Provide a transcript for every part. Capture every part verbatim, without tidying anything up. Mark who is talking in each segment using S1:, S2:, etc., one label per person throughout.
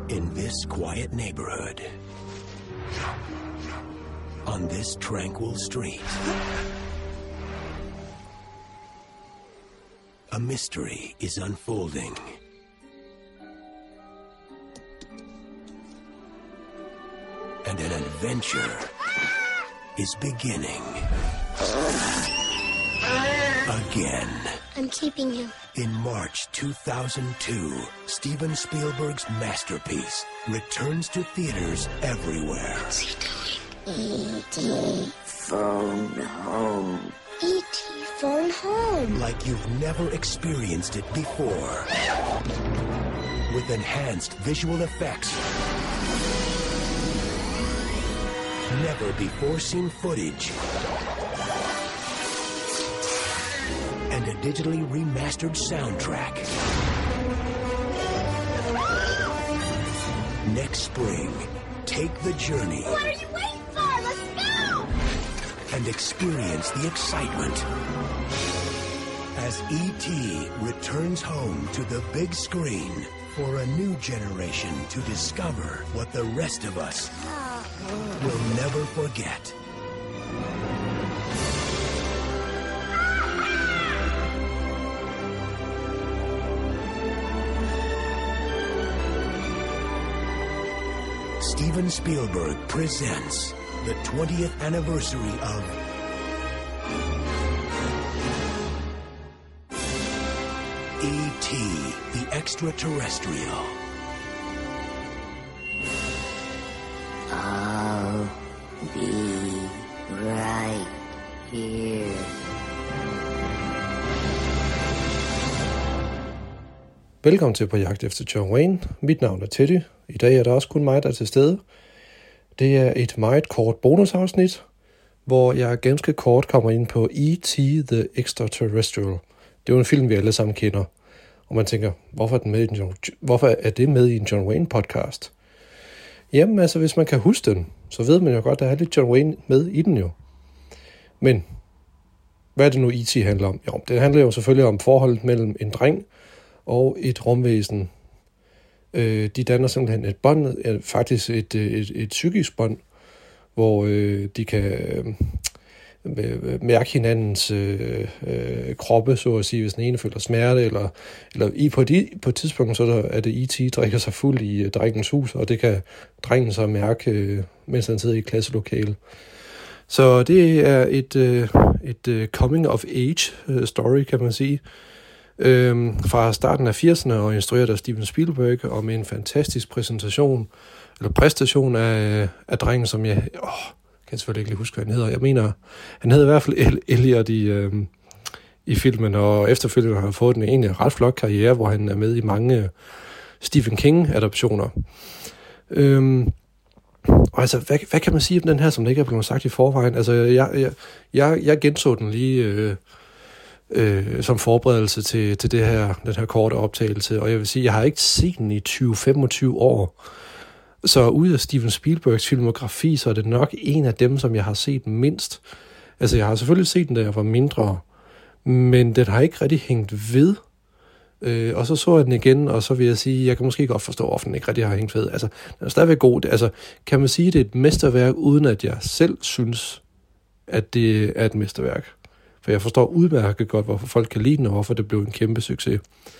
S1: In this quiet neighborhood, on this tranquil street, a mystery is unfolding. And an adventure is beginning. Again.
S2: I'm keeping him.
S1: In March two thousand two, Steven Spielberg's masterpiece returns to theaters everywhere.
S2: What's he doing?
S3: E T phone home.
S2: E T phone home.
S1: Like you've never experienced it before. With enhanced visual effects. Never before seen footage. And a digitally remastered soundtrack. Next spring, take the journey.
S2: What are you waiting for? Let's go!
S1: And experience the excitement. As E T returns home to the big screen for a new generation to discover what the rest of us will never forget. Steven Spielberg presents the twentieth anniversary of E T the Extraterrestrial.
S3: I'll be right here.
S4: Velkommen til På jagt efter John Wayne. Mit navn er Teddy. I dag er der også kun mig, der er til stede. Det er et meget kort bonusafsnit, hvor jeg ganske kort kommer ind på E T the Extraterrestrial. Det er jo en film, vi alle sammen kender. Og man tænker, hvorfor er, den med i en John, hvorfor er det med i en John Wayne podcast? Jamen altså, hvis man kan huske den, så ved man jo godt, at der er lidt John Wayne med i den jo. Men hvad er det nu E T handler om? Jo, det handler jo selvfølgelig om forholdet mellem en dreng og et rumvæsen. Øh, de danner simpelthen et bånd, faktisk et, et, et psykisk bånd, hvor øh, de kan øh, mærke hinandens øh, øh, kroppe, så at sige, hvis den ene føler smerte, eller, eller i, på, et, på et tidspunkt, så er det E T drikker sig fuld i øh, drengens hus, og det kan drengen så mærke, øh, mens han sidder i klasselokale. Så det er et, øh, et øh, coming of age øh, story, kan man sige. Øhm, fra starten af firserne og instrueret af Steven Spielberg, og med en fantastisk præsentation eller præstation af, af drengen, som jeg åh, kan selvfølgelig ikke lige huske, hvad han hedder. Jeg mener, han hedder i hvert fald Elliot i, øhm, i filmen, og efterfølgende har han fået en egentlig ret flot karriere, hvor han er med i mange Stephen King-adaptioner. Øhm, og altså, hvad, hvad kan man sige om den her, som det ikke er blevet sagt i forvejen? Altså, jeg, jeg, jeg, jeg genså den lige Øh, Øh, som forberedelse til, til det her, den her korte optagelse, og jeg vil sige, jeg har ikke set den i tyve til femogtyve år, så ud af Steven Spielbergs filmografi, så er det nok en af dem, som jeg har set mindst. Altså, jeg har selvfølgelig set den, da jeg var mindre, men den har ikke rigtig hængt ved, øh, og så så jeg den igen, og så vil jeg sige, jeg kan måske godt forstå, hvorfor den ikke rigtig har hængt ved. Altså, den er stadigvæk god. Altså, kan man sige, det er et mesterværk, uden at jeg selv synes, at det er et mesterværk? For jeg forstår udmærket godt, hvorfor folk kan lide den, og hvorfor det blev en kæmpe succes.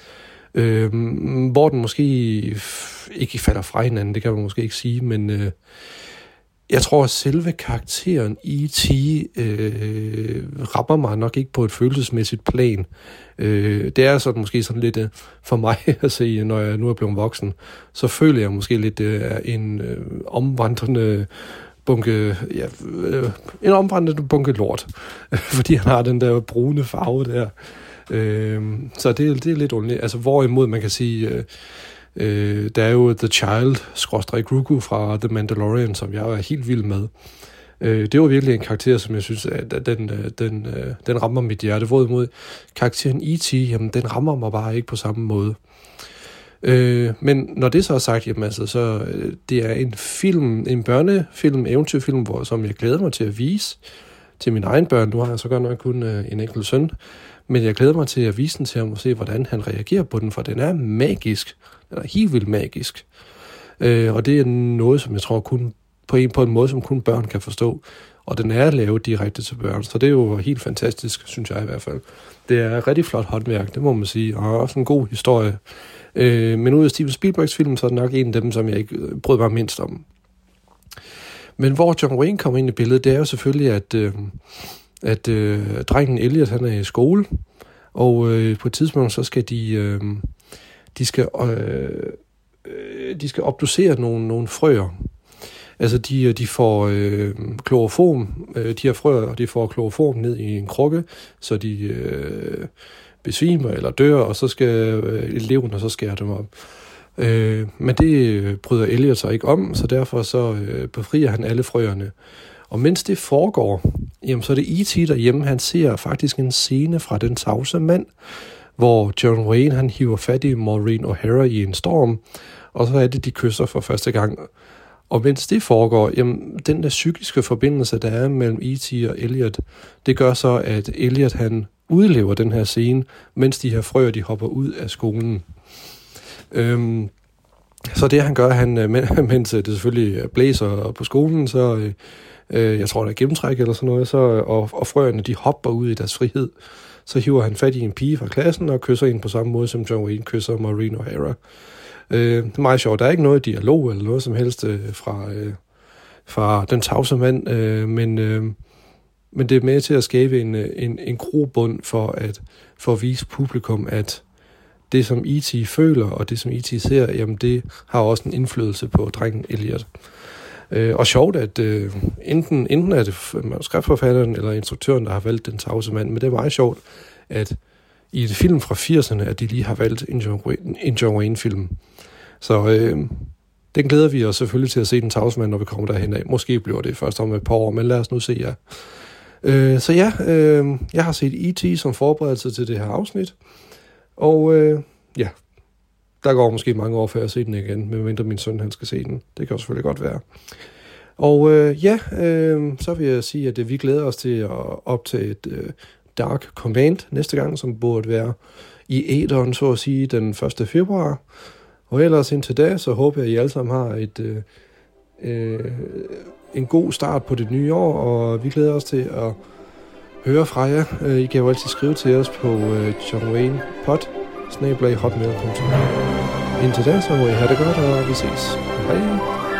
S4: Øhm, hvor den måske ikke falder fra hinanden, det kan man måske ikke sige, men øh, jeg tror, at selve karakteren E T øh, rammer mig nok ikke på et følelsesmæssigt plan. Øh, det er sådan måske sådan lidt øh, for mig at se, når jeg nu er blevet voksen, så føler jeg måske lidt øh, en øh, omvandrende bunke, ja, øh, en omvandrende bunke lort, fordi han har den der brune farve der. Øh, så det, det er lidt underligt. Altså, hvorimod man kan sige, øh, øh, der er jo The Child, skråstreg Grogu fra The Mandalorian, som jeg er helt vild med. Øh, det var virkelig en karakter, som jeg synes, at den, den, den rammer mit hjerte. Hvorimod karakteren E T, jamen, den rammer mig bare ikke på samme måde. Øh, men når det så er sagt, jamen altså, så øh, det er en film, en børnefilm, eventyrfilm, hvor, som jeg glæder mig til at vise til mine egne børn. Nu har jeg så godt nok kun øh, en enkelt søn, men jeg glæder mig til at vise den til ham og se, hvordan han reagerer på den, for den er magisk. Den er helt vildt magisk. Øh, og det er noget, som jeg tror kun på en, på en måde, som kun børn kan forstå. Og den er lavet direkte til børn, så det er jo helt fantastisk, synes jeg i hvert fald. Det er rigtig flot håndværk, det må man sige, og også en god historie. Øh, men ud af Steven Spielbergs film, så er det nok en af dem, som jeg ikke brød mig mindst om. Men hvor John Wayne kommer ind i billedet, det er jo selvfølgelig, at, øh, at øh, drengen Elliot, han er i skole, og øh, på et tidspunkt, så skal de, øh, de skal, øh, de skal obducere nogle, nogle frøer. Altså, de, de får øh, kloroform, øh, de her frøer, de får kloroform ned i en krukke, så de øh, besvimer eller dør, og så skal øh, eleven, og så skærer dem op. Øh, men det bryder Elliot sig ikke om, så derfor så øh, befrier han alle frøerne. Og mens det foregår, jamen, så er det E T derhjemme, han ser faktisk en scene fra Den tavse mand, hvor John Wayne, han hiver fat i Maureen O'Hara i en storm, og så er det, de kysser for første gang. Og mens det foregår, jamen, den der psykiske forbindelse, der er mellem E T og Elliot, det gør så, at Elliot, han udlever den her scene, mens de her frøer, de hopper ud af skolen. Øhm, så det, han gør, han, mens det selvfølgelig blæser på skolen, så, øh, jeg tror, der er gennemtræk eller sådan noget, så, og, og frøerne, de hopper ud i deres frihed, så hiver han fat i en pige fra klassen og kysser hende på samme måde, som John Wayne kysser Maureen O'Hara. Øh, det er meget sjovt. Der er ikke noget dialog eller noget som helst øh, fra, øh, fra Den tavse mand, øh, men, øh, men det er med til at skabe en, en, en grobund for at, for at vise publikum, at det, som E T føler, og det, som E T ser, jamen det har også en indflydelse på drengen Elliot. Øh, og sjovt, at øh, enten, enten er det manuskriptforfatteren eller instruktøren, der har valgt Den tavse mand, men det er meget sjovt, at i et film fra firserne, at de lige har valgt en John Wayne, en John Wayne-film. Så øh, den glæder vi os selvfølgelig til at se Den tavse mand, når vi kommer derhen af. Måske bliver det først om et par år, men lad os nu se jer. Øh, så ja, øh, jeg har set E T som forberedelse til det her afsnit. Og øh, ja, der går måske mange år før jeg ser den igen, medmindre min søn han skal se den. Det kan jo selvfølgelig godt være. Og øh, ja, øh, så vil jeg sige, at vi glæder os til at optage et øh, Dark Command næste gang, som burde være i æteren, så at sige, den første februar. Og ellers indtil da, så håber jeg, at I alle sammen har et, øh, øh, en god start på det nye år, og vi glæder os til at høre fra jer. I kan jo altid skrive til os på øh, John Wayne pod snabel-a hotmail punktum com. Indtil da, så må I have det godt, og vi ses. Hej!